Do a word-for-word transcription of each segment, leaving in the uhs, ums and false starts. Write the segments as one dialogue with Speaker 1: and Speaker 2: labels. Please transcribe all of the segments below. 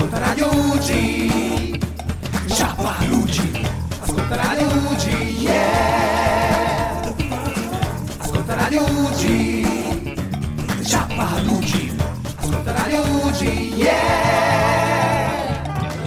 Speaker 1: ascolta Radio U G, Ciapalugi, ascolta Radio U G, yeah. Ascolta Radio U G, Ciapalugi, ascolta Radio U G, yeah.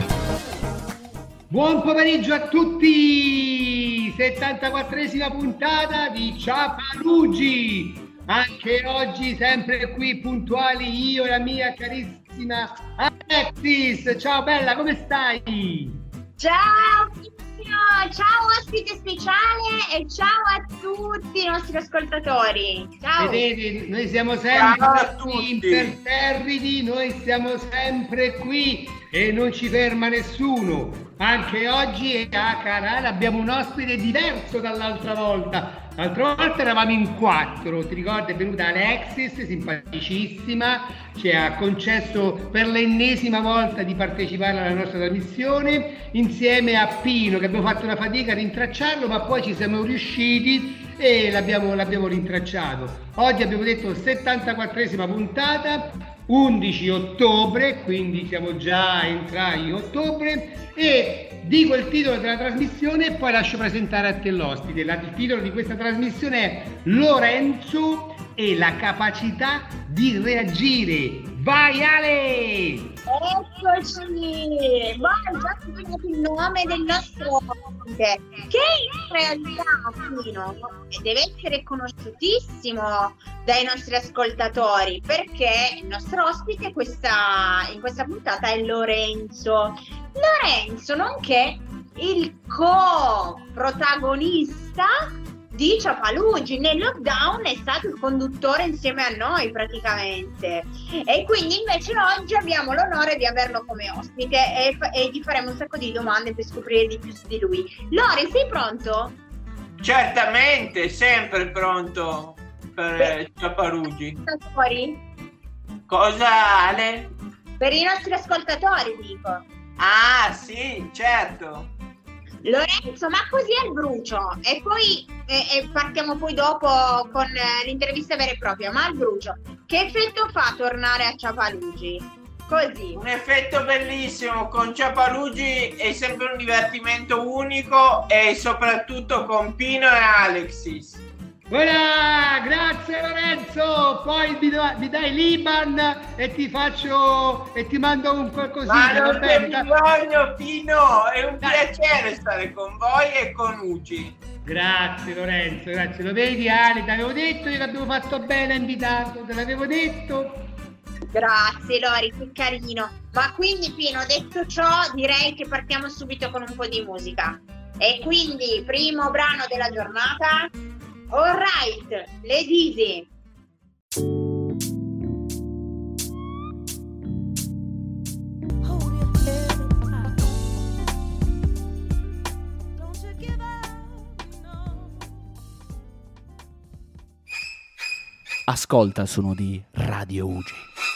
Speaker 2: Buon pomeriggio a tutti, settantaquattresima puntata di Ciapalugi. Anche oggi sempre qui puntuali io e la mia carissima Alexis. Ciao bella, come stai?
Speaker 3: Ciao Pino, ciao ospite speciale e ciao a tutti i nostri ascoltatori. Ciao.
Speaker 2: Vedete, noi siamo sempre qui imperterriti, noi siamo sempre qui e non ci ferma nessuno. Anche oggi a canale abbiamo un ospite diverso dall'altra volta. L'altra volta eravamo in quattro, ti ricordi? È venuta Alexis, simpaticissima, ci ha concesso per l'ennesima volta di partecipare alla nostra trasmissione insieme a Pino, che abbiamo fatto una fatica a rintracciarlo, ma poi ci siamo riusciti e l'abbiamo, l'abbiamo rintracciato. Oggi abbiamo detto settantaquattresima puntata, undici ottobre, quindi siamo già entrati in ottobre, e dico il titolo della trasmissione e poi lascio presentare a te l'ospite. Il titolo di questa trasmissione è Lorenzo e la capacità di reagire. Vai Ale!
Speaker 3: Eccoci! Voi già sapete il nome del nostro ospite, che in realtà Pino deve essere conosciutissimo dai nostri ascoltatori, perché il nostro ospite questa, in questa puntata è Lorenzo. Lorenzo, nonché il co-protagonista di Ciapalugi. Nel lockdown è stato il conduttore insieme a noi praticamente, e quindi invece oggi abbiamo l'onore di averlo come ospite e, e gli faremo un sacco di domande per scoprire di più su di lui. Lore, sei pronto?
Speaker 4: Certamente, sempre pronto per Ciapalugi. Cosa, Ale?
Speaker 3: Per i nostri ascoltatori, dico.
Speaker 4: Ah, sì, certo.
Speaker 3: Lorenzo, ma così è il brucio, e poi e, e partiamo poi dopo con eh, l'intervista vera e propria, ma il brucio, che effetto fa tornare a Ciapalugi? Così.
Speaker 4: Un effetto bellissimo, con Ciapalugi è sempre un divertimento unico, e soprattutto con Pino e Alexis.
Speaker 2: Voilà, grazie Lorenzo, poi mi, do, mi dai l'Iban e ti faccio e ti mando un qualcosina.
Speaker 4: Ma non c'è bisogno Pino, è un piacere stare con voi e con Ugi.
Speaker 2: Grazie Lorenzo, grazie, lo vedi Ale, ti avevo detto io che abbiamo fatto bene a invitato, te l'avevo detto.
Speaker 3: Grazie Lori, che carino. Ma quindi Pino, detto ciò, direi che partiamo subito con un po' di musica. E quindi, primo brano della giornata, All Right, Lady Easy.
Speaker 1: Ascolta il suono di Radio U G.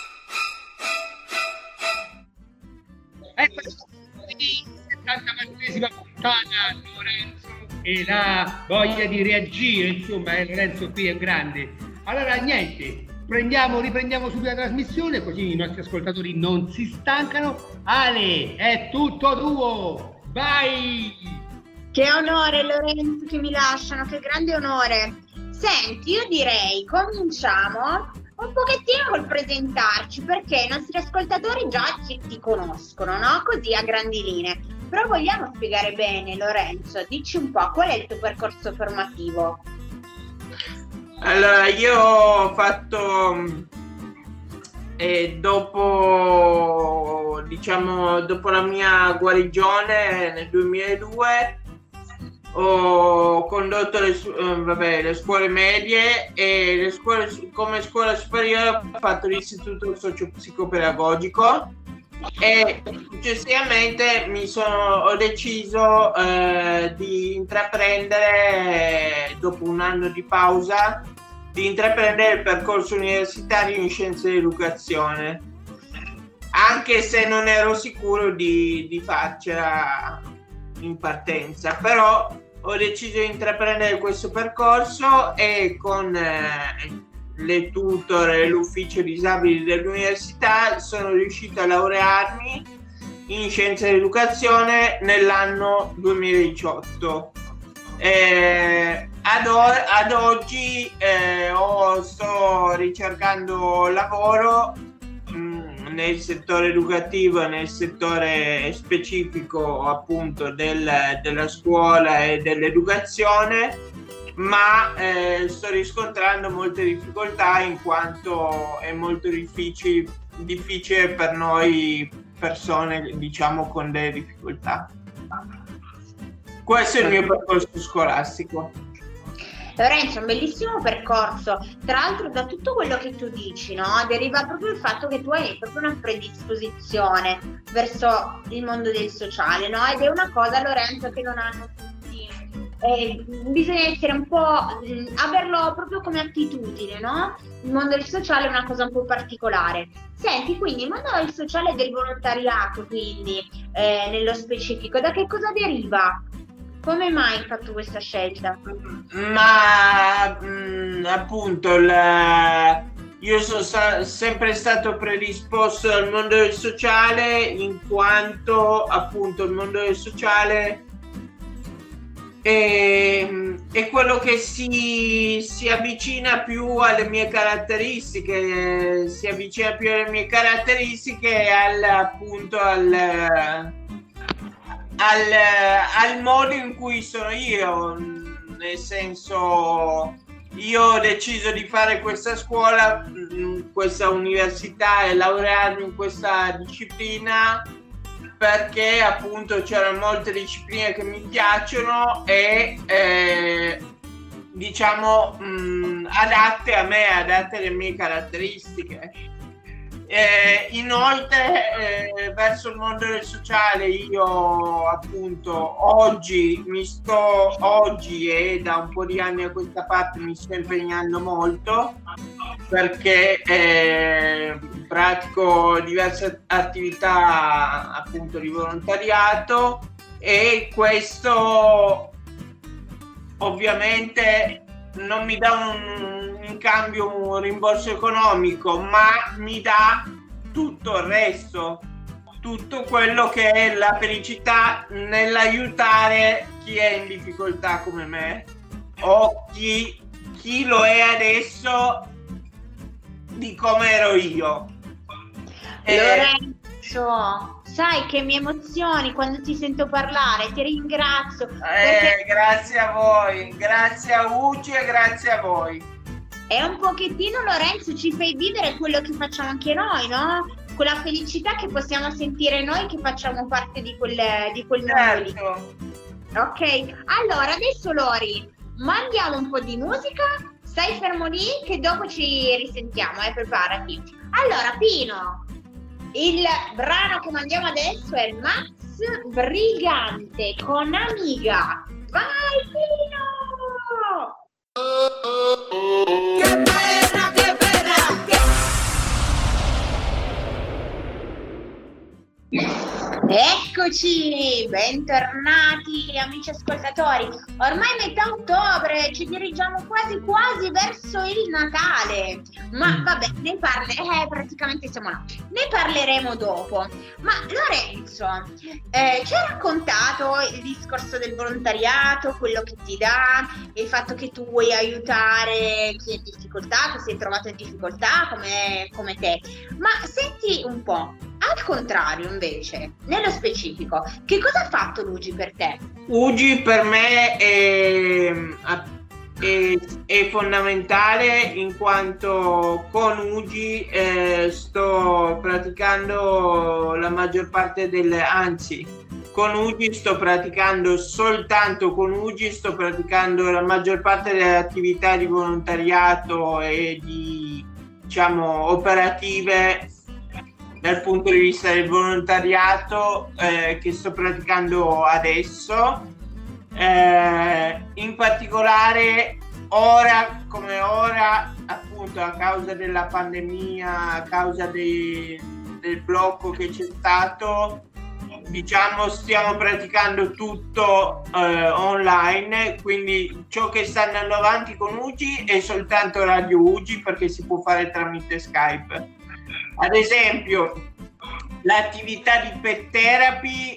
Speaker 2: Ecco, settantaquattresima puntata, Lorenzo, e la voglia di reagire, insomma, eh, Lorenzo qui è grande. Allora niente, prendiamo, riprendiamo subito la trasmissione, così i nostri ascoltatori non si stancano. Ale, è tutto tuo, vai!
Speaker 3: Che onore Lorenzo che mi lasciano, che grande onore. Senti, io direi cominciamo un pochettino col presentarci, perché i nostri ascoltatori già ci, ti conoscono, no? Così a grandi linee. Però vogliamo spiegare bene, Lorenzo, dici un po' qual è il tuo percorso formativo?
Speaker 4: Allora, io ho fatto eh, dopo, diciamo, dopo la mia guarigione nel duemiladue ho condotto le, eh, vabbè, le scuole medie e le scuole, come scuola superiore ho fatto l'istituto socio-psicopedagogico, e successivamente mi sono, ho deciso eh, di intraprendere, dopo un anno di pausa, di intraprendere il percorso universitario in scienze dell'educazione, anche se non ero sicuro di, di farcela in partenza, però ho deciso di intraprendere questo percorso e con eh, le tutor e l'ufficio disabili dell'università sono riuscito a laurearmi in scienze dell'educazione nell'anno duemiladiciotto. Eh, ad, o- ad oggi eh, ho, sto ricercando lavoro mh, nel settore educativo e nel settore specifico appunto del, della scuola e dell'educazione, ma eh, sto riscontrando molte difficoltà in quanto è molto difficile, difficile per noi persone, diciamo, con delle difficoltà. Questo è il mio percorso scolastico.
Speaker 3: Lorenzo, è un bellissimo percorso. Tra l'altro, da tutto quello che tu dici, no, deriva proprio il fatto che tu hai proprio una predisposizione verso il mondo del sociale, no? Ed è una cosa, Lorenzo, che non hanno tutti. Eh, bisogna essere un po', mh, averlo proprio come attitudine, no? Il mondo del sociale è una cosa un po' particolare. Senti, quindi il mondo del sociale e del volontariato, quindi eh, nello specifico, da che cosa deriva? Come mai hai fatto questa scelta?
Speaker 4: Ma mh, appunto la... io sono sta- sempre stato predisposto al mondo del sociale, in quanto appunto il mondo del sociale è, è quello che si, si avvicina più alle mie caratteristiche, si avvicina più alle mie caratteristiche e al, appunto al Al, al modo in cui sono io, nel senso, io ho deciso di fare questa scuola, questa università e laurearmi in questa disciplina perché appunto c'erano molte discipline che mi piacciono e eh, diciamo mh, adatte a me, adatte alle mie caratteristiche. Eh, inoltre eh, verso il mondo del sociale io appunto oggi mi sto oggi e da un po' di anni a questa parte mi sto impegnando molto perché eh, pratico diverse attività appunto di volontariato e questo ovviamente non mi dà un, in cambio un rimborso economico, ma mi dà tutto il resto, tutto quello che è la felicità nell'aiutare chi è in difficoltà come me o chi, chi lo è adesso di come ero io.
Speaker 3: Lorenzo, sai che mi emozioni quando ti sento parlare, ti ringrazio.
Speaker 4: Eh,
Speaker 3: perché...
Speaker 4: Grazie a voi, grazie a Ugi e grazie a voi.
Speaker 3: E un pochettino, Lorenzo, ci fai vivere quello che facciamo anche noi, no? Quella felicità che possiamo sentire noi che facciamo parte di quel, di quel mondo lì.
Speaker 4: Certo.
Speaker 3: Ok, allora adesso Lori, mandiamo un po' di musica, stai fermo lì che dopo ci risentiamo, eh, preparati. Allora Pino, il brano che mandiamo adesso è Max Brigante con Amiga. Vai Pino!
Speaker 5: ¡Qué pena, qué pena! Qué...
Speaker 3: Eccoci, bentornati amici ascoltatori. Ormai metà ottobre, ci dirigiamo quasi quasi verso il Natale. Ma vabbè, ne parleremo, eh, praticamente siamo là. Ne parleremo dopo. Ma Lorenzo, eh, ci hai raccontato il discorso del volontariato, quello che ti dà, il fatto che tu vuoi aiutare chi è in difficoltà, che si è trovato in difficoltà come, come te. Ma senti un po'. Al contrario, invece, nello specifico, che cosa ha fatto Ugi per te?
Speaker 4: Ugi per me è, è, è fondamentale in quanto con Ugi eh, sto praticando la maggior parte delle, anzi, con Ugi sto praticando soltanto con Ugi sto praticando la maggior parte delle attività di volontariato e di, diciamo, operative dal punto di vista del volontariato eh, che sto praticando adesso, eh, in particolare ora come ora appunto a causa della pandemia, a causa dei, del blocco che c'è stato, diciamo stiamo praticando tutto eh, online, quindi ciò che sta andando avanti con Ugi è soltanto Radio Ugi perché si può fare tramite Skype. Ad esempio, l'attività di pet therapy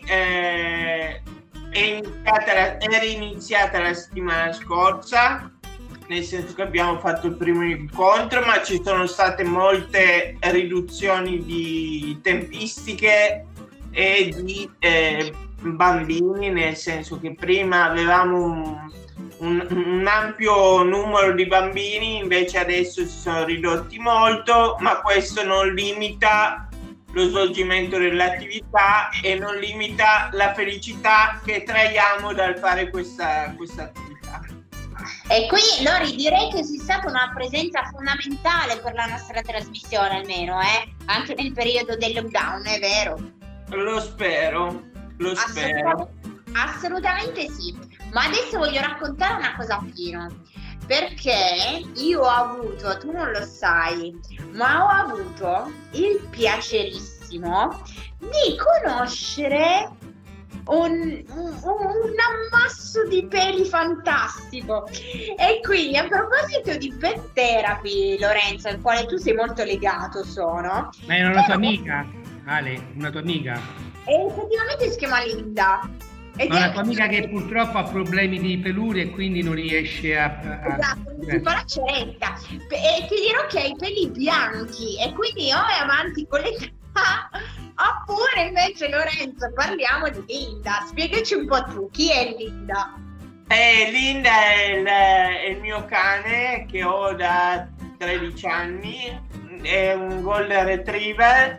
Speaker 4: eh, è iniziata la, era iniziata la settimana scorsa, nel senso che abbiamo fatto il primo incontro, ma ci sono state molte riduzioni di tempistiche e di eh, bambini, nel senso che prima avevamo un, un, un ampio numero di bambini, invece adesso si sono ridotti molto, ma questo non limita lo svolgimento dell'attività e non limita la felicità che traiamo dal fare questa, questa attività.
Speaker 3: E qui Lori, direi che sei stata una presenza fondamentale per la nostra trasmissione, almeno, eh? Anche nel periodo del lockdown, è vero?
Speaker 4: Lo spero, lo spero.
Speaker 3: Assolutamente, assolutamente sì. Ma adesso voglio raccontare una cosa a Pino, perché io ho avuto, tu non lo sai, ma ho avuto il piacerissimo di conoscere un, un, un ammasso di peli fantastico. E quindi, a proposito di pet therapy, Lorenzo, al quale tu sei molto legato, sono
Speaker 2: ma era una tua amica, Ale, una tua amica?
Speaker 3: E effettivamente si chiama Linda. Ed
Speaker 2: Ma
Speaker 3: è-
Speaker 2: una tua amica che purtroppo ha problemi di peluria e quindi non riesce a... a-
Speaker 3: Esatto,
Speaker 2: eh.
Speaker 3: si fa la ceretta. E ti dirò che ha i peli bianchi e quindi o è avanti con l'età oppure invece Lorenzo, parliamo di Linda. Spiegaci un po' tu, chi è Linda?
Speaker 4: Eh, Linda è il, è il mio cane che ho da tredici anni, è un golden retriever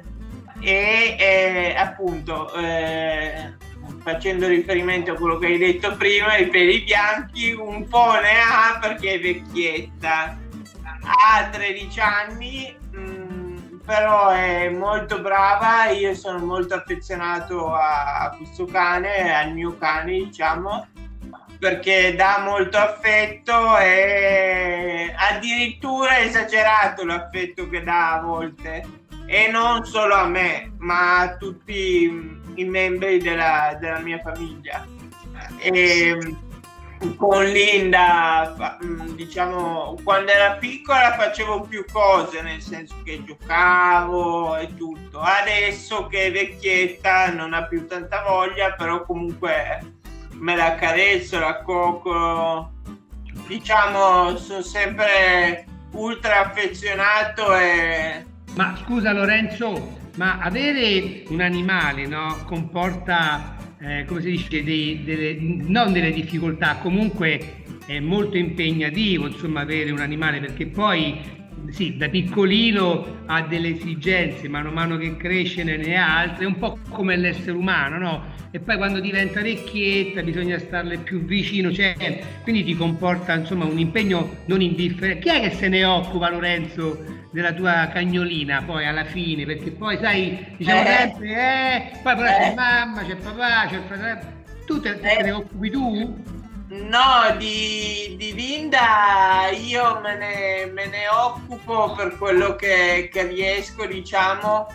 Speaker 4: e eh, appunto eh, facendo riferimento a quello che hai detto prima, i peli bianchi un po' ne ha perché è vecchietta, ha tredici anni, mh, però è molto brava. Io sono molto affezionato a, a questo cane, al mio cane, diciamo, perché dà molto affetto e addirittura è esagerato l'affetto che dà a volte, e non solo a me ma a tutti i membri della, della mia famiglia. E con Linda, fa- diciamo, quando era piccola facevo più cose, nel senso che giocavo e tutto. Adesso che è vecchietta non ha più tanta voglia, però comunque me la carezzo, la coccolo, diciamo, sono sempre ultra affezionato. E
Speaker 2: Ma scusa Lorenzo, ma avere un animale, no, comporta, eh, come si dice, dei- delle, non delle difficoltà, comunque è molto impegnativo, insomma, avere un animale, perché poi sì, da piccolino ha delle esigenze, mano a mano che cresce ne ne ha altre, un po' come l'essere umano, no? E poi quando diventa vecchietta bisogna starle più vicino, cioè, quindi ti comporta, insomma, un impegno non indifferente. Chi è che se ne occupa, Lorenzo, della tua cagnolina poi alla fine? Perché poi sai, diciamo
Speaker 4: Eh.
Speaker 2: sempre, eh, poi però
Speaker 4: Eh.
Speaker 2: c'è mamma, c'è papà, c'è il fratello, tu te, te
Speaker 4: Eh.
Speaker 2: ne occupi tu?
Speaker 4: no, di, di Linda io me ne, me ne occupo per quello che, che riesco, diciamo.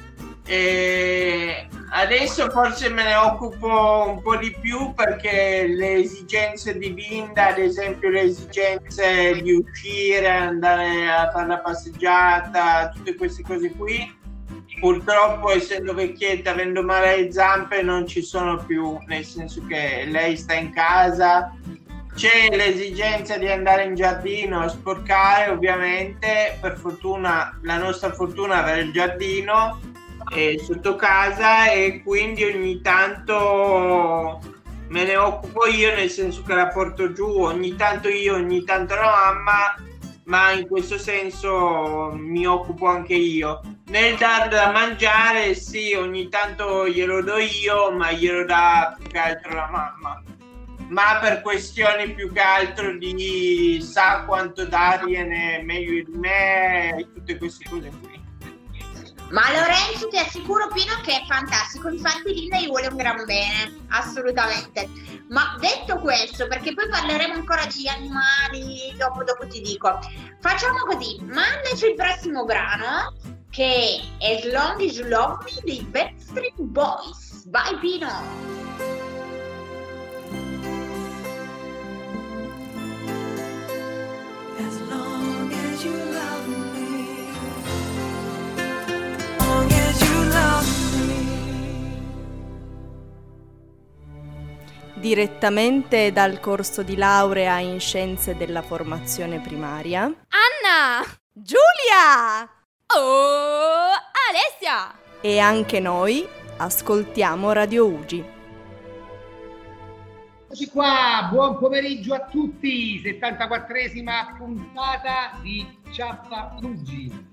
Speaker 4: E adesso forse me ne occupo un po' di più perché le esigenze di Linda, ad esempio le esigenze di uscire, andare a fare la passeggiata, tutte queste cose qui, purtroppo essendo vecchietta, avendo male alle zampe, non ci sono più, nel senso che lei sta in casa. C'è l'esigenza di andare in giardino a sporcare, ovviamente. Per fortuna, la nostra fortuna è avere il giardino eh, sotto casa, e quindi ogni tanto me ne occupo io, nel senso che la porto giù, ogni tanto io, ogni tanto la mamma, ma in questo senso mi occupo anche io. Nel dar da mangiare, sì, ogni tanto glielo do io, ma glielo dà più che altro la mamma. Ma per questioni più che altro di sa quanto dargliene meglio di me e tutte queste cose qui.
Speaker 3: Ma Lorenzo, ti assicuro, Pino, che è fantastico. Infatti Linda gli vuole un gran bene, assolutamente. Ma detto questo, perché poi parleremo ancora di animali, dopo, dopo ti dico, facciamo così, mandaci il prossimo brano, che è As Long As You Love Me dei Backstreet Boys. Vai Pino!
Speaker 5: As long as you love me, as long as you love me.
Speaker 6: direttamente dal corso di laurea in scienze della formazione primaria,
Speaker 7: Anna!
Speaker 6: Giulia!
Speaker 7: Oh, Alessia!
Speaker 6: E anche noi ascoltiamo Radio Ugi.
Speaker 2: Eccoci qua, buon pomeriggio a tutti, settantaquattresima puntata di Ciappa Ugi.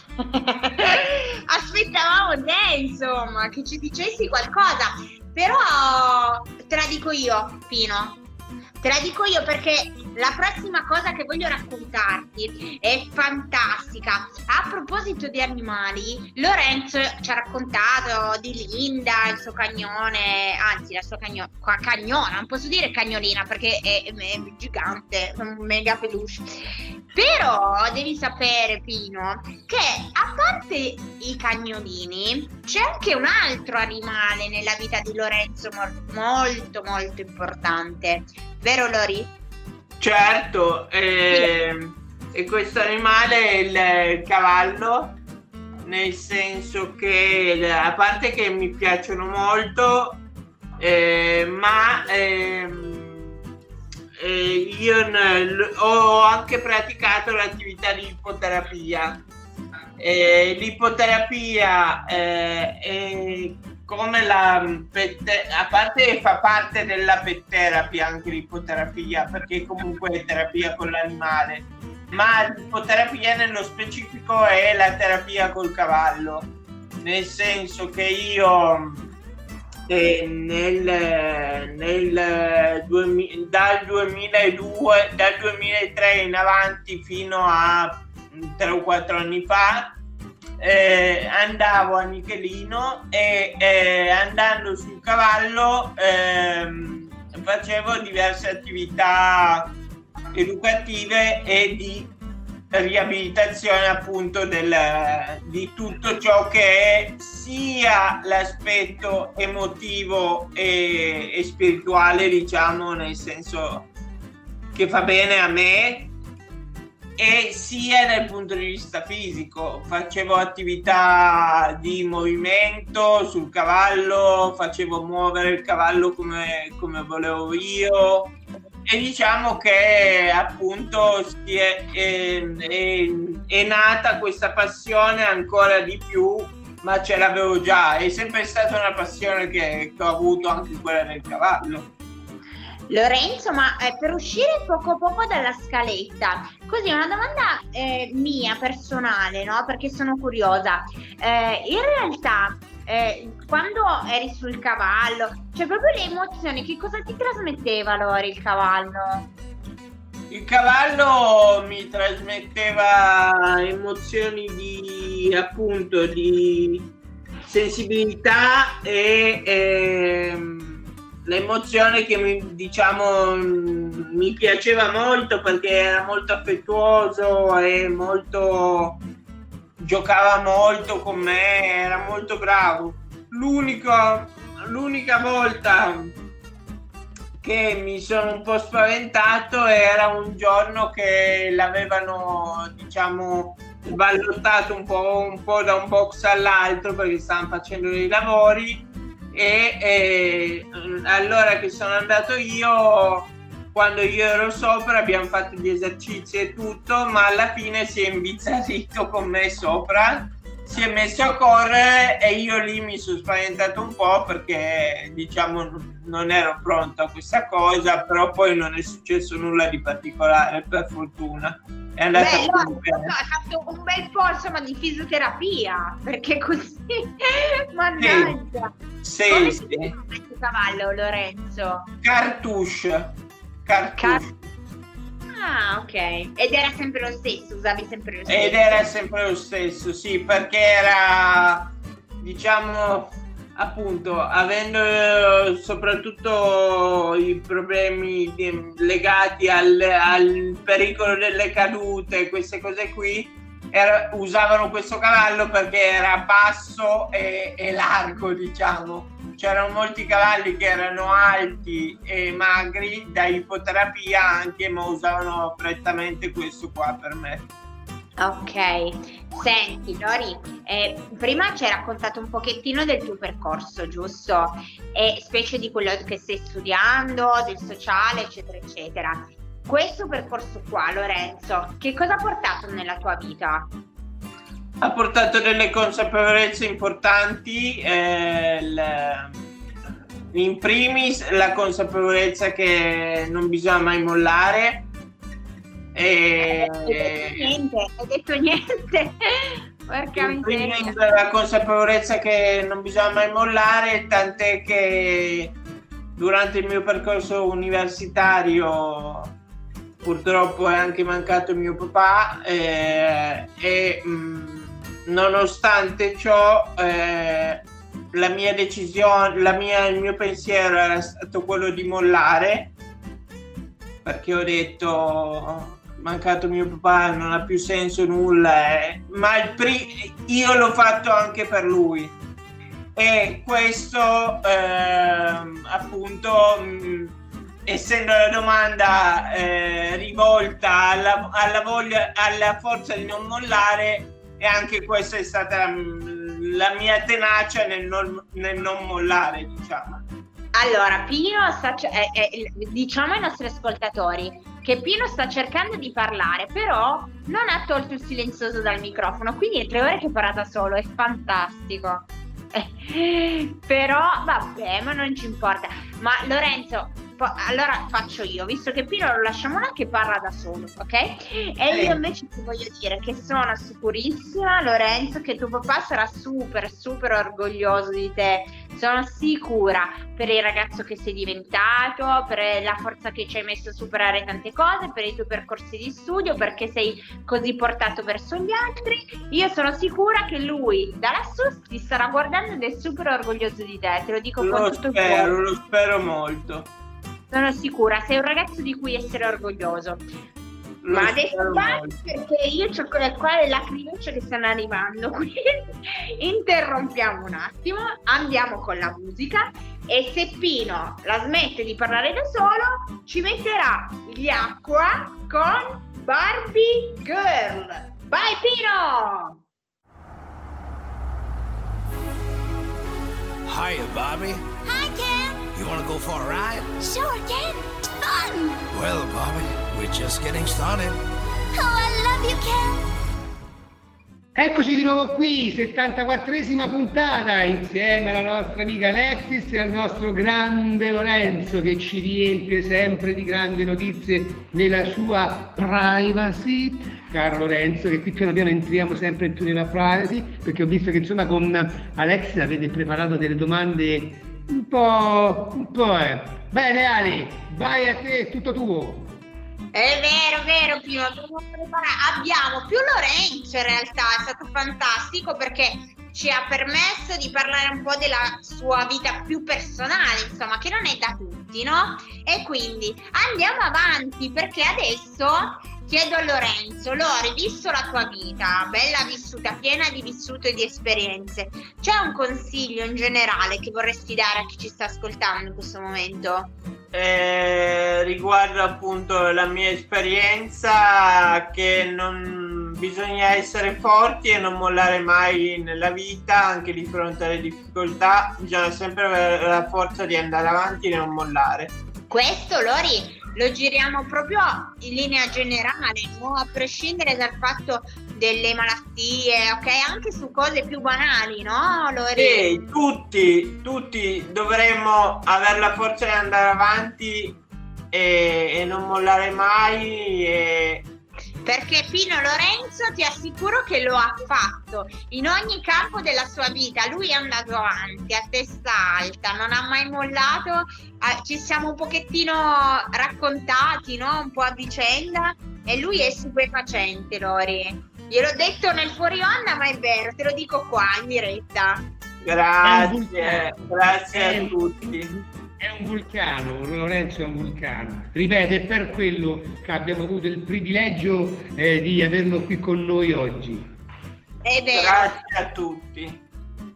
Speaker 3: Aspettavamo te, insomma, che ci dicessi qualcosa, però te la dico io, Pino, te la dico io perché la prossima cosa che voglio raccontarti è fantastica. A proposito di animali, Lorenzo ci ha raccontato di Linda, il suo cagnone, anzi la sua cagno- cagnona, non posso dire cagnolina perché è, è, è gigante, un mega peluche. Però devi sapere, Pino, che a parte i cagnolini c'è anche un altro animale nella vita di Lorenzo molto molto importante, vero Lori?
Speaker 4: Certo, eh, e questo animale è il, il cavallo, nel senso che a parte che mi piacciono molto, eh, ma ehm, eh, io n- ho anche praticato l'attività di ippoterapia. Eh, l'ippoterapia eh, è come la pette- a parte che fa parte della pet therapy anche l'ippoterapia, perché comunque è terapia con l'animale, ma l'ippoterapia nello specifico è la terapia col cavallo, nel senso che io eh, nel, nel duemila, dal duemiladue, dal duemilatré in avanti fino a tre o quattro anni fa Eh, andavo a Michelino e eh, andando sul cavallo ehm, facevo diverse attività educative e di riabilitazione appunto del, di tutto ciò che è sia l'aspetto emotivo e, e spirituale, diciamo, nel senso che fa bene a me, e sia dal punto di vista fisico. Facevo attività di movimento sul cavallo, facevo muovere il cavallo come, come volevo io, e diciamo che appunto si è, è, è, è nata questa passione ancora di più, ma ce l'avevo già, è sempre stata una passione che, che ho avuto, anche quella del cavallo.
Speaker 3: Lorenzo, ma eh, per uscire poco poco dalla scaletta, così una domanda eh, mia personale, no? Perché sono curiosa. Eh, in realtà, eh, quando eri sul cavallo, cioè proprio le emozioni, che cosa ti trasmetteva allora il cavallo?
Speaker 4: Il cavallo mi trasmetteva emozioni di, appunto, di sensibilità e... e l'emozione che mi, diciamo, mi piaceva molto perché era molto affettuoso e molto giocava molto con me, era molto bravo. L'unico, l'unica volta che mi sono un po' spaventato era un giorno che l'avevano, diciamo, ballottato un po', un po' da un box all'altro perché stavano facendo dei lavori. E, e allora che sono andato io, quando io ero sopra abbiamo fatto gli esercizi e tutto, ma alla fine si è imbizzarrito con me sopra, si è messo a correre e io lì mi sono spaventato un po' perché diciamo non ero pronto a questa cosa, però poi non è successo nulla di particolare, per fortuna. È andato
Speaker 3: Beh, no,
Speaker 4: bene.
Speaker 3: hai fatto un bel po' insomma di fisioterapia, perché così mannaggia.
Speaker 4: Sì,
Speaker 3: Come
Speaker 4: sì.
Speaker 3: si chiama questo cavallo, Lorenzo?
Speaker 4: Cartouche. Cartouche.
Speaker 3: Ah, ok. Ed era sempre lo stesso, usavi sempre lo stesso.
Speaker 4: Ed era sempre lo stesso, sì, perché era, diciamo, appunto, avendo soprattutto i problemi di, legati al, al pericolo delle cadute, queste cose qui, era, usavano questo cavallo perché era basso e, e largo, diciamo. C'erano molti cavalli che erano alti e magri da ippoterapia anche, ma usavano prettamente questo qua per me.
Speaker 3: Ok. Senti Lori, eh, prima ci hai raccontato un pochettino del tuo percorso, giusto? E specie di quello che stai studiando, del sociale, eccetera, eccetera. Questo percorso qua, Lorenzo, che cosa ha portato nella tua vita?
Speaker 4: Ha portato delle consapevolezze importanti, eh, l- in primis la consapevolezza che non bisogna mai mollare. E...
Speaker 3: Hai detto niente, hai detto niente. Porca miseria.
Speaker 4: La consapevolezza che non bisogna mai mollare, tant'è che durante il mio percorso universitario purtroppo è anche mancato mio papà, eh, e mh, nonostante ciò eh, la mia decisione, la mia, il mio pensiero era stato quello di mollare, perché ho detto mancato mio papà, non ha più senso nulla, eh. ma il pri- io l'ho fatto anche per lui, e questo ehm, appunto mh, essendo la domanda eh, rivolta alla, alla voglia, alla forza di non mollare, e anche questa è stata mh, la mia tenacia nel non, nel non mollare, diciamo.
Speaker 3: Allora, Pino sta, eh, eh, diciamo ai nostri ascoltatori che Pino sta cercando di parlare, però non ha tolto il silenzioso dal microfono, quindi è tre ore che parla da solo, è fantastico. Eh, però vabbè, ma non ci importa. Ma Lorenzo, po- allora faccio io, visto che Pino lo lasciamo là che parla da solo, ok? E io invece ti voglio dire che sono sicurissima, Lorenzo, che tuo papà sarà super super orgoglioso di te. Sono sicura, per il ragazzo che sei diventato, per la forza che ci hai messo a superare tante cose, per i tuoi percorsi di studio, perché sei così portato verso gli altri. Io sono sicura che lui da lassù ti starà guardando ed è super orgoglioso di te, te lo dico
Speaker 4: Lo
Speaker 3: con tutto il
Speaker 4: spero,
Speaker 3: cuore.
Speaker 4: lo spero molto.
Speaker 3: Sono sicura, sei un ragazzo di cui essere orgoglioso.
Speaker 4: Lo
Speaker 3: Ma adesso
Speaker 4: spero
Speaker 3: basta,
Speaker 4: molto.
Speaker 3: perché io ho qua, qua le lacrimucce che stanno arrivando, quindi interrompiamo un attimo, andiamo con la musica, e se Pino la smette di parlare da solo ci metterà gli acqua con Barbie Girl. Vai Pino!
Speaker 5: Hiya, Bobby.
Speaker 7: Hi, Ken.
Speaker 5: You want to go for a ride?
Speaker 7: Sure, Ken. Fun.
Speaker 5: Well, Bobby, we're just getting started.
Speaker 7: Oh, I love you, Ken.
Speaker 2: Eccoci di nuovo qui, settantaquattresima puntata, insieme alla nostra amica Alexis e al nostro grande Lorenzo, che ci riempie sempre di grandi notizie nella sua privacy. Caro Lorenzo, che qui piano piano entriamo sempre più nella privacy, perché ho visto che insomma con Alexis avete preparato delle domande un po'... un po' eh. Bene Ale, vai a te, è tutto tuo.
Speaker 3: È vero, vero Pino, dobbiamo preparare. Abbiamo più Lorenzo in realtà, è stato fantastico perché ci ha permesso di parlare un po' della sua vita più personale, insomma, che non è da tutti, no? E quindi andiamo avanti, perché adesso chiedo a Lorenzo: Lori, visto la tua vita, bella vissuta, piena di vissuto e di esperienze, c'è un consiglio in generale che vorresti dare a chi ci sta ascoltando in questo momento?
Speaker 4: Eh, riguardo appunto la mia esperienza, che non bisogna essere forti e non mollare mai nella vita, anche di fronte alle difficoltà, bisogna sempre avere la forza di andare avanti e non mollare.
Speaker 3: Questo, Lori, lo giriamo proprio in linea generale, no? A prescindere dal fatto delle malattie, ok? Anche su cose più banali, no, Lori?
Speaker 4: Sì, tutti, tutti dovremmo avere la forza di andare avanti e, e non mollare mai. E...
Speaker 3: Perché Pino Lorenzo ti assicuro che lo ha fatto in ogni campo della sua vita. Lui è andato avanti a testa alta, non ha mai mollato. Eh, ci siamo un pochettino raccontati, no? Un po' a vicenda, e lui è stupefacente, Lori. Gliel'ho detto nel fuori onda, ma è vero, te lo dico qua in diretta.
Speaker 4: Grazie, grazie a
Speaker 2: È-
Speaker 4: tutti.
Speaker 2: È un vulcano, Lorenzo è un vulcano. Ripeto, è per quello che abbiamo avuto il privilegio eh, di averlo qui con noi oggi.
Speaker 3: È vero.
Speaker 4: Grazie a tutti.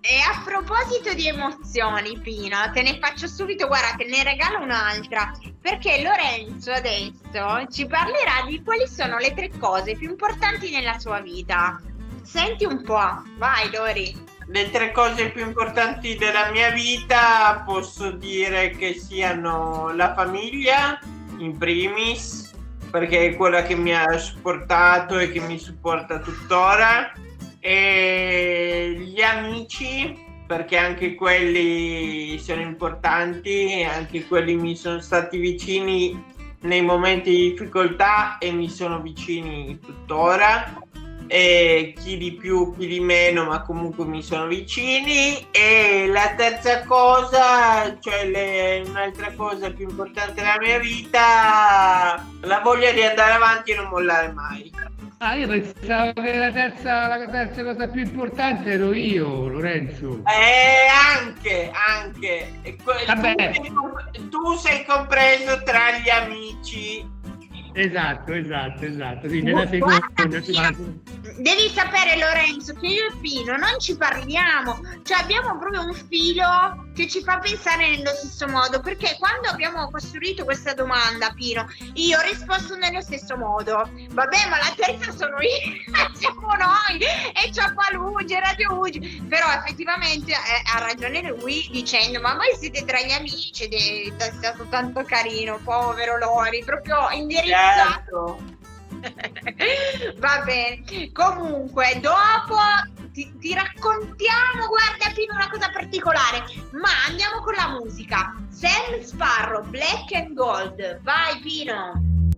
Speaker 3: E a proposito di emozioni, Pino, te ne faccio subito, guarda, te ne regalo un'altra, perché Lorenzo adesso ci parlerà di quali sono le tre cose più importanti nella sua vita. Senti un po', vai Lori.
Speaker 4: Le tre cose più importanti della mia vita posso dire che siano la famiglia, in primis, perché è quella che mi ha supportato e che mi supporta tuttora, e gli amici, perché anche quelli sono importanti, anche quelli mi sono stati vicini nei momenti di difficoltà e mi sono vicini tuttora, e chi di più, chi di meno, ma comunque mi sono vicini. E la terza cosa, cioè le, un'altra cosa più importante della mia vita, la voglia di andare avanti e non mollare mai.
Speaker 2: Ah, io pensavo che la terza, la terza cosa più importante ero io, Lorenzo.
Speaker 4: Eh, anche, anche. E que-
Speaker 2: Vabbè.
Speaker 4: Tu, sei, tu sei compreso tra gli amici.
Speaker 2: Esatto, esatto, esatto. Sì, nella seconda.
Speaker 3: Devi sapere, Lorenzo, che io e Pino non ci parliamo, cioè abbiamo proprio un filo che ci fa pensare nello stesso modo, perché quando abbiamo costruito questa domanda, Pino, io ho risposto nello stesso modo. Vabbè, ma la terza sono io, siamo noi, e c'ha qua lui, Radio Ugi. Però effettivamente eh, ha ragione lui dicendo, ma voi siete tra gli amici ed è stato tanto carino, povero Lori, proprio indirizzato.
Speaker 4: Certo.
Speaker 3: Va bene, comunque dopo ti, ti raccontiamo, guarda Pino, una cosa particolare, ma andiamo con la musica. Sam Sparrow, Black and Gold, vai Pino.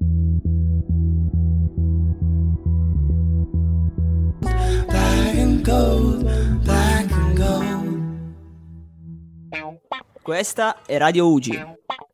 Speaker 5: Black and gold, black and gold.
Speaker 8: Questa è Radio Ugi.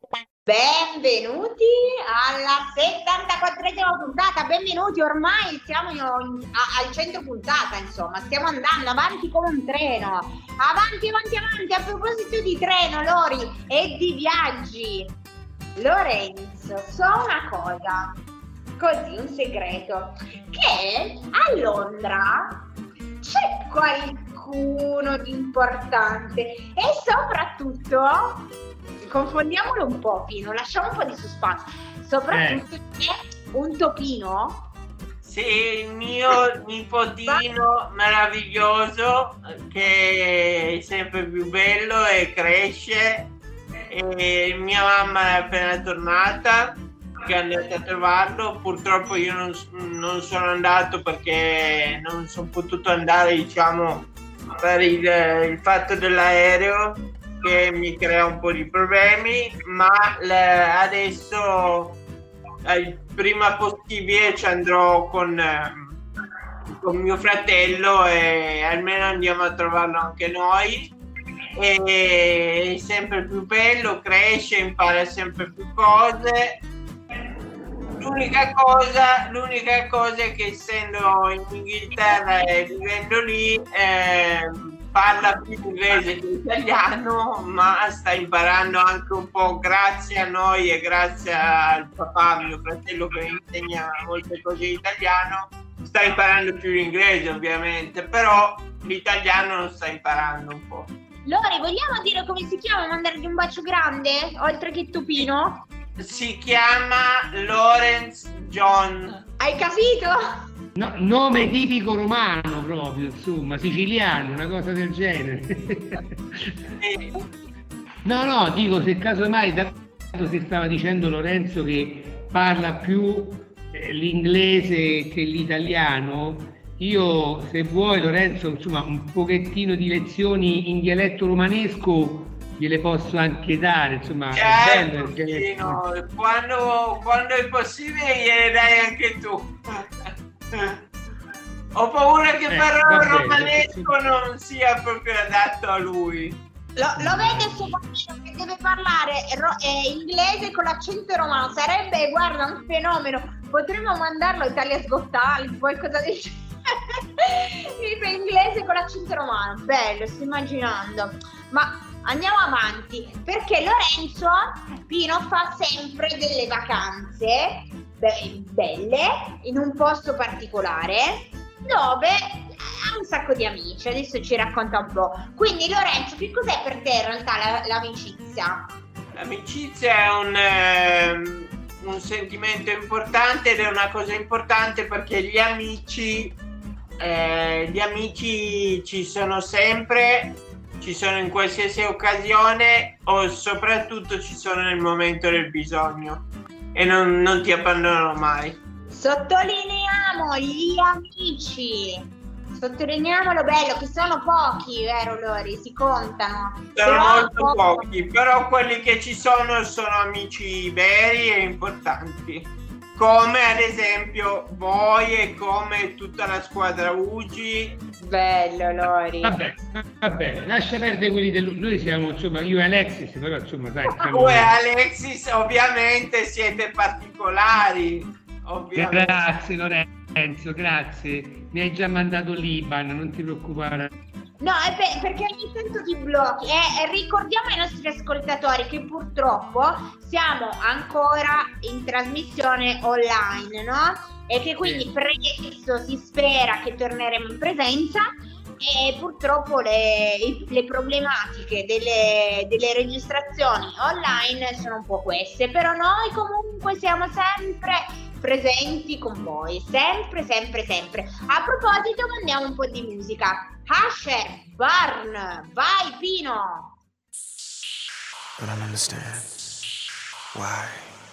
Speaker 3: Benvenuti alla settantaquattresima puntata, benvenuti, ormai siamo in, a, al centro puntata, insomma, stiamo andando avanti come un treno, avanti, avanti, avanti. A proposito di treno, Lori, e di viaggi, Lorenzo, so una cosa, così, un segreto, che a Londra c'è qualcuno di importante e soprattutto... Confondiamolo un po', Pino, lasciamo un po' di suspense. Soprattutto eh. un topino.
Speaker 4: Sì, il mio nipotino meraviglioso, che è sempre più bello e cresce. E mia mamma è appena tornata, che è andata a trovarlo. Purtroppo io non, non sono andato perché non sono potuto andare, diciamo, per il, il fatto dell'aereo, che mi crea un po' di problemi, ma le, adesso il prima possibile ci andrò con, eh, con mio fratello e almeno andiamo a trovarlo anche noi. E è sempre più bello, cresce, impara sempre più cose. L'unica cosa, l'unica cosa è che essendo in Inghilterra e vivendo lì, eh, parla più inglese che italiano, ma sta imparando anche un po', grazie a noi e grazie al papà, mio fratello, che mi insegna molte cose in italiano. Sta imparando più l'inglese ovviamente, però l'italiano lo sta imparando un po'.
Speaker 3: Lori, vogliamo dire come si chiama, mandargli un bacio grande, oltre che Topino?
Speaker 4: Si chiama Lawrence John.
Speaker 3: Hai capito?
Speaker 2: No, nome tipico romano proprio, insomma, siciliano, una cosa del genere.
Speaker 4: Sì.
Speaker 2: No, no, dico, se casomai, tanto si stava dicendo Lorenzo che parla più eh, l'inglese che l'italiano, io, se vuoi Lorenzo, insomma, un pochettino di lezioni in dialetto romanesco gliele posso anche dare, insomma.
Speaker 4: Certo,
Speaker 2: è bello,
Speaker 4: no, quando, quando è possibile gliele dai anche tu. Ho paura che
Speaker 2: eh,
Speaker 4: però il
Speaker 2: bene,
Speaker 4: romanesco sì. non sia proprio adatto a lui.
Speaker 3: Lo, lo vede il suo bambino che deve parlare ro- eh, inglese con l'accento romano, sarebbe, guarda, un fenomeno. Potremmo mandarlo a Italia Got Talent, qualcosa del genere. Inglese con l'accento romano, bello, sto immaginando. Ma andiamo avanti, perché Lorenzo Pino fa sempre delle vacanze be- belle in un posto particolare, dove ha un sacco di amici, adesso ci racconta un po'. Quindi Lorenzo, che cos'è per te in realtà la, l'amicizia?
Speaker 4: L'amicizia è un, eh, un sentimento importante ed è una cosa importante perché gli amici, eh, gli amici ci sono sempre, ci sono in qualsiasi occasione o soprattutto ci sono nel momento del bisogno e non, non ti abbandonano mai.
Speaker 3: Sottolineiamo gli amici. Sottolineiamolo bello, che sono pochi, vero Lori? Si contano.
Speaker 4: Sono
Speaker 3: Però
Speaker 4: molto
Speaker 3: pochi.
Speaker 4: pochi, però quelli che ci sono sono amici veri e importanti. Come ad esempio voi e come tutta la squadra U G I.
Speaker 3: Bello Lori.
Speaker 2: Vabbè, vabbè, lascia perdere quelli del... Noi siamo, insomma, io e Alexis, però insomma, dai. Siamo...
Speaker 4: Voi e Alexis ovviamente siete particolari. Ovviamente.
Speaker 2: Grazie Lorenzo, grazie. Mi hai già mandato l'Iban, non ti preoccupare.
Speaker 3: No, è per- perché ogni tanto ti blocchi. E ricordiamo ai nostri ascoltatori che purtroppo siamo ancora in trasmissione online, no? E che quindi presto si spera che torneremo in presenza. E purtroppo le, le problematiche delle, delle registrazioni online sono un po' queste, però noi comunque siamo sempre presenti con voi, sempre, sempre, sempre. A proposito, mandiamo un po' di musica. Usher, Burn, vai Pino!
Speaker 9: I don't understand. Why?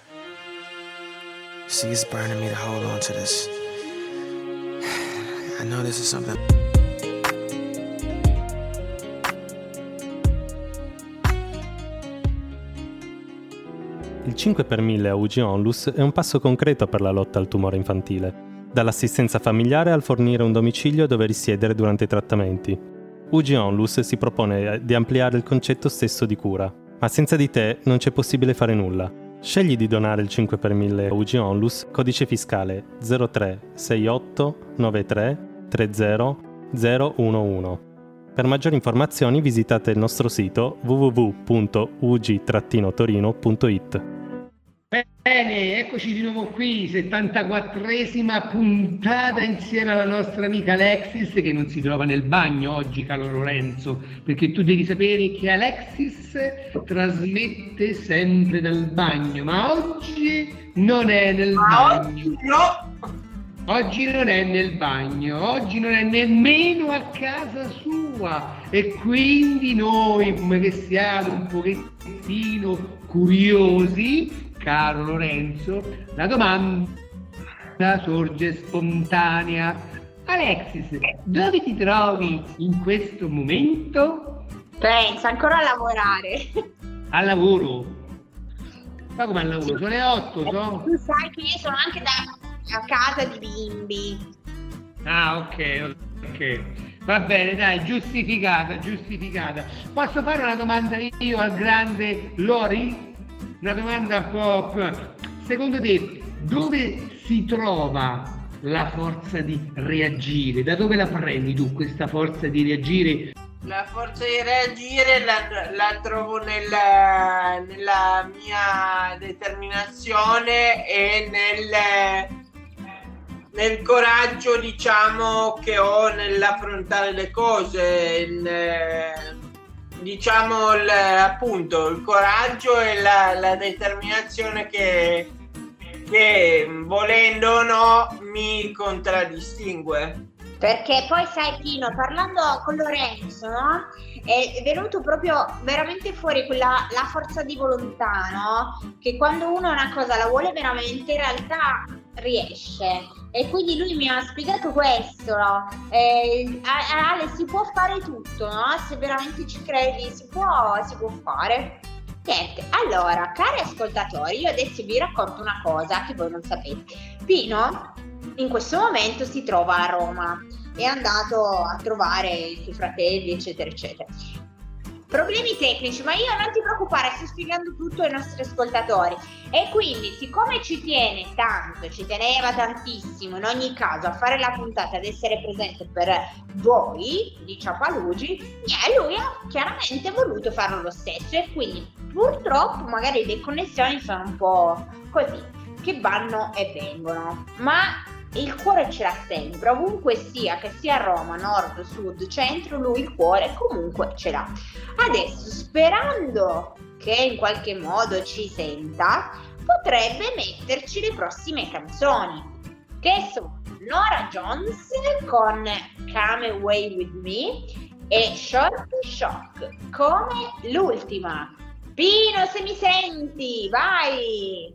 Speaker 9: See, it's burning me to hold on to this. I know this is something...
Speaker 10: Il cinque per mille a U G I Onlus è un passo concreto per la lotta al tumore infantile, dall'assistenza familiare al fornire un domicilio dove risiedere durante i trattamenti. U G I Onlus si propone di ampliare il concetto stesso di cura, ma senza di te non c'è possibile fare nulla. Scegli di donare il cinque per mille a U G I Onlus, codice fiscale zero tre sei otto nove tre tre zero zero uno uno. Per maggiori informazioni visitate il nostro sito w w w punto u g torino punto i t.
Speaker 2: Bene, eccoci di nuovo qui, settantaquattresima puntata insieme alla nostra amica Alexis che non si trova nel bagno oggi, caro Lorenzo, perché tu devi sapere che Alexis trasmette sempre dal bagno, ma oggi non è nel bagno.
Speaker 4: No!
Speaker 2: Oggi non è nel bagno, oggi non è nemmeno a casa sua e quindi noi, come che siamo un pochettino curiosi, caro Lorenzo, la domanda sorge spontanea. Alexis, dove ti trovi in questo momento?
Speaker 3: Pensa, ancora a lavorare.
Speaker 2: Al lavoro? Ma come al lavoro? Sono le otto, no?
Speaker 3: Tu sai che io sono anche da... a casa di bimbi.
Speaker 2: Ah, ok, ok. Va bene, dai, giustificata, giustificata. Posso fare una domanda io al grande Lori? Una domanda pop. Secondo te, dove si trova la forza di reagire? Da dove la prendi tu questa forza di reagire?
Speaker 4: La forza di reagire la, la trovo nella, nella mia determinazione e nel... nel coraggio, diciamo, che ho nell'affrontare le cose, il, diciamo il, appunto il coraggio e la, la determinazione che, che volendo o no mi contraddistingue.
Speaker 3: Perché poi sai Pino, parlando con Lorenzo, no? È venuto proprio veramente fuori quella la forza di volontà, no? Che quando uno una cosa la vuole veramente in realtà riesce. E quindi lui mi ha spiegato questo, no? Eh, Ale, si può fare tutto, no? Se veramente ci credi si può, si può fare. Niente, allora, cari ascoltatori, io adesso vi racconto una cosa che voi non sapete. Pino in questo momento si trova a Roma, è andato a trovare i suoi fratelli, eccetera, eccetera. Problemi tecnici, ma io non ti preoccupare, sto spiegando tutto ai nostri ascoltatori. E quindi, siccome ci tiene tanto, ci teneva tantissimo in ogni caso a fare la puntata, ad essere presente per voi di Ciapalugi, eh, lui ha chiaramente voluto farlo lo stesso e quindi purtroppo magari le connessioni sono un po' così, che vanno e vengono. Ma il cuore ce l'ha sempre, ovunque sia, che sia Roma, nord, sud, centro, lui il cuore comunque ce l'ha. Adesso, sperando che in qualche modo ci senta, potrebbe metterci le prossime canzoni, che sono Norah Jones con Come Away With Me e Short Shock come l'ultima. Pino, se mi senti, vai!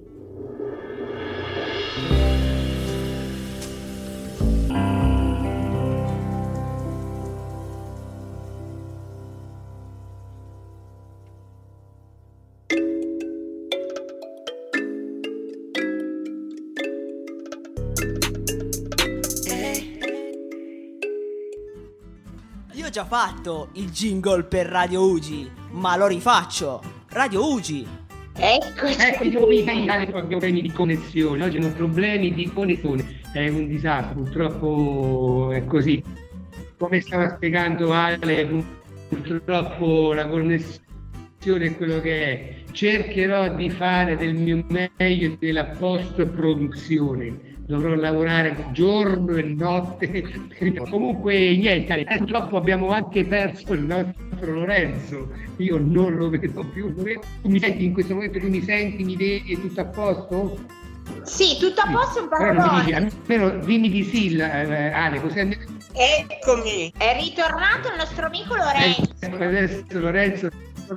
Speaker 8: Io ho già fatto il jingle per Radio Ugi, ma lo rifaccio. Radio Ugi.
Speaker 3: Eccoci.
Speaker 2: Ecco, io mi dai problemi di connessione. Oggi hanno problemi di connessione. È un disastro, purtroppo è così. Come stava spiegando Ale, purtroppo la connessione è quello che è. Cercherò di fare del mio meglio della post-produzione. Dovrò lavorare giorno e notte. Comunque niente, purtroppo abbiamo anche perso il nostro Lorenzo. Io non lo vedo più. Tu mi senti in questo momento? Tu mi senti, mi vedi, è tutto a posto?
Speaker 3: Sì, tutto a posto, un
Speaker 2: Però non mi dici,
Speaker 3: parolone.
Speaker 2: almeno dimmi di sì, eh, Ale, così almeno-
Speaker 3: Eccomi. È ritornato il nostro amico Lorenzo.
Speaker 2: Eh, adesso Lorenzo,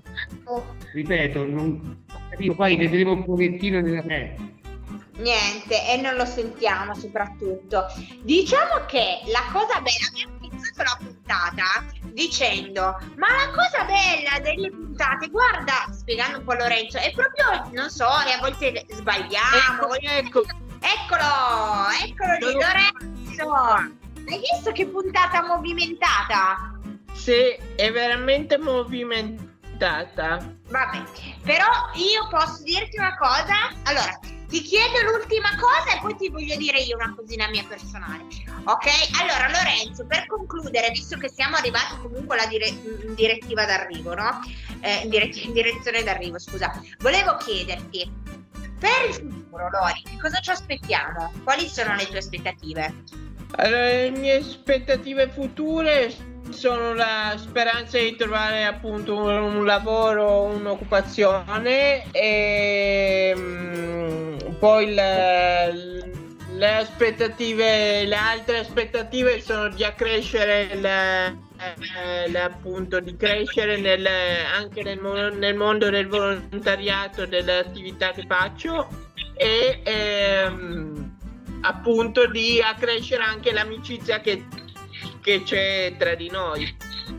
Speaker 2: ripeto, non capisco, poi vedremo un pochettino nella me.
Speaker 3: Niente, e non lo sentiamo soprattutto. Diciamo che la cosa bella, abbiamo iniziato la puntata dicendo, ma la cosa bella delle puntate, guarda, spiegando un po' Lorenzo, è proprio, non so, e a volte sbagliamo.
Speaker 4: Ecco, ecco.
Speaker 3: Eccolo, eccolo lì, Lorenzo. Hai visto che puntata movimentata?
Speaker 4: Sì, è veramente movimentata.
Speaker 3: Vabbè, però io posso dirti una cosa. Allora, ti chiedo l'ultima cosa e poi ti voglio dire io una cosina mia personale. Ok? Allora, Lorenzo, per concludere, visto che siamo arrivati comunque alla dire- in direttiva d'arrivo, no? Eh, in, dire- in direzione d'arrivo, scusa. Volevo chiederti, per il futuro, Lori, che cosa ci aspettiamo? Quali sono le tue aspettative?
Speaker 4: Allora, le mie aspettative future sono la speranza di trovare appunto un, un lavoro, un'occupazione e um, poi le, le aspettative, le altre aspettative sono di accrescere le, le, appunto di crescere nel, anche nel, nel mondo del volontariato, delle attività che faccio e ehm, appunto di accrescere anche l'amicizia che che c'è tra di noi.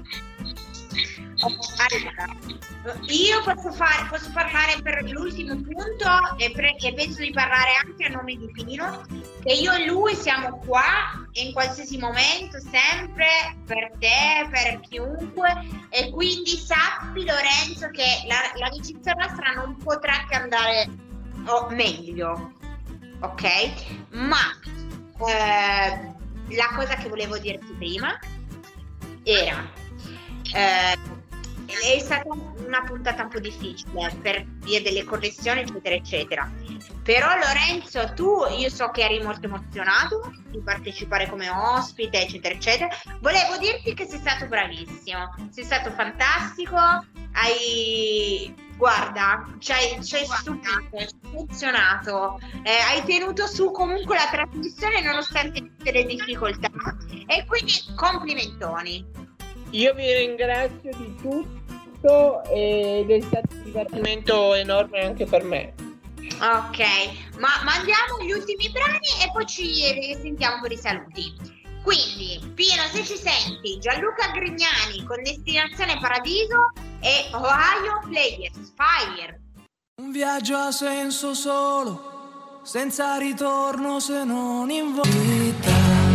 Speaker 3: Allora, io posso fare posso parlare per l'ultimo punto e, pre- e penso di parlare anche a nome di Pino, che io e lui siamo qua in qualsiasi momento, sempre per te, per chiunque, e quindi sappi, Lorenzo, che la, l'amicizia nostra non potrà che andare oh, meglio, ok? Ma eh, la cosa che volevo dirti prima era eh, è stata una puntata un po' difficile per via delle connessioni eccetera eccetera, però Lorenzo, tu, io so che eri molto emozionato di partecipare come ospite eccetera eccetera. Volevo dirti che sei stato bravissimo, sei stato fantastico, hai guarda, ci hai, ci hai stupito, ci hai emozionato, eh, hai tenuto su comunque la trasmissione nonostante tutte le difficoltà e quindi complimentoni.
Speaker 4: Io vi ringrazio di tutto ed è stato un divertimento enorme anche per me.
Speaker 3: Ok, ma mandiamo gli ultimi brani e poi ci risentiamo per i saluti. Quindi, Pino, se ci senti, Gianluca Grignani con Destinazione Paradiso e Ohio Players, Fire.
Speaker 5: Un viaggio ha senso solo, senza ritorno se non in vita.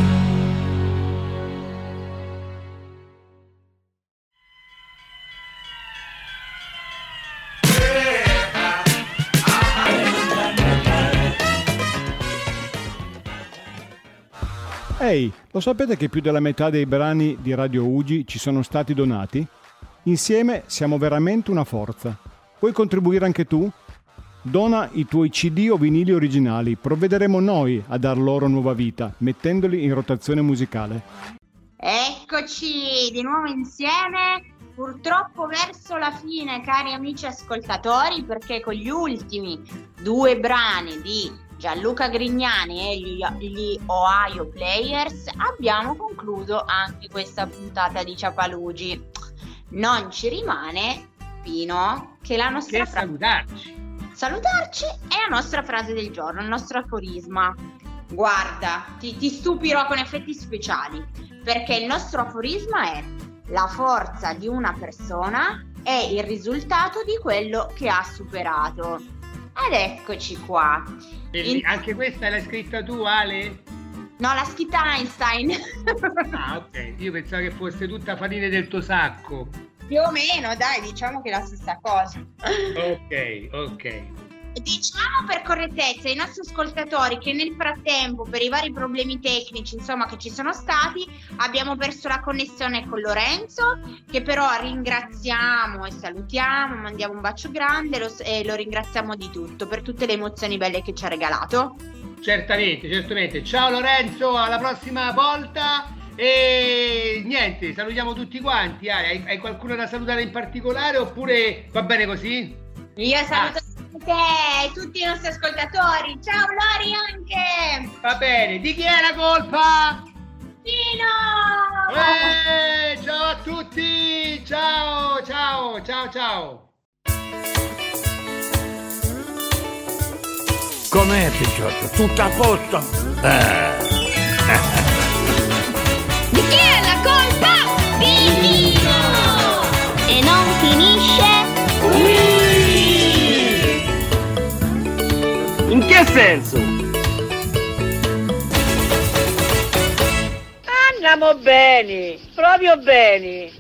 Speaker 11: Ehi, lo sapete che più della metà dei brani di Radio Ugi ci sono stati donati? Insieme siamo veramente una forza. Vuoi contribuire anche tu? Dona i tuoi C D o vinili originali, provvederemo noi a dar loro nuova vita, mettendoli in rotazione musicale.
Speaker 3: Eccoci di nuovo insieme, purtroppo verso la fine, cari amici ascoltatori, perché con gli ultimi due brani di Gianluca Grignani e gli, gli Ohio Players abbiamo concluso anche questa puntata di Ciapalugi. Non ci rimane, Pino, che la nostra
Speaker 2: che
Speaker 3: fra-
Speaker 2: salutarci.
Speaker 3: Salutarci è la nostra frase del giorno, il nostro aforisma. Guarda, ti, ti stupirò con effetti speciali, perché il nostro aforisma è: la forza di una persona è il risultato di quello che ha superato. Ed eccoci qua.
Speaker 2: In... Anche questa l'hai scritta tu, Ale?
Speaker 3: No, l'ha scritta Einstein.
Speaker 2: Ah, ok. Io pensavo che fosse tutta farina del tuo sacco.
Speaker 3: Più o meno, dai, diciamo che è la stessa cosa.
Speaker 2: Ok, ok.
Speaker 3: Diciamo per correttezza ai nostri ascoltatori che nel frattempo, per i vari problemi tecnici insomma che ci sono stati, abbiamo perso la connessione con Lorenzo, che però ringraziamo e salutiamo, mandiamo un bacio grande lo, e lo ringraziamo di tutto per tutte le emozioni belle che ci ha regalato.
Speaker 2: Certamente, certamente. Ciao Lorenzo, alla prossima volta. E niente, salutiamo tutti quanti. Hai, hai qualcuno da salutare in particolare oppure va bene così?
Speaker 3: Io saluto ah. te e tutti i nostri ascoltatori. Ciao Lori anche.
Speaker 2: Va bene, di chi è la colpa?
Speaker 3: Pino!
Speaker 2: Eh, ciao a tutti, ciao, ciao, ciao, ciao.
Speaker 12: Com'è Picciotto? Tutto a posto? Eh.
Speaker 7: Di chi è la colpa? Di Pino! E non finisce qui!
Speaker 12: In che senso?
Speaker 13: Andiamo bene, proprio bene.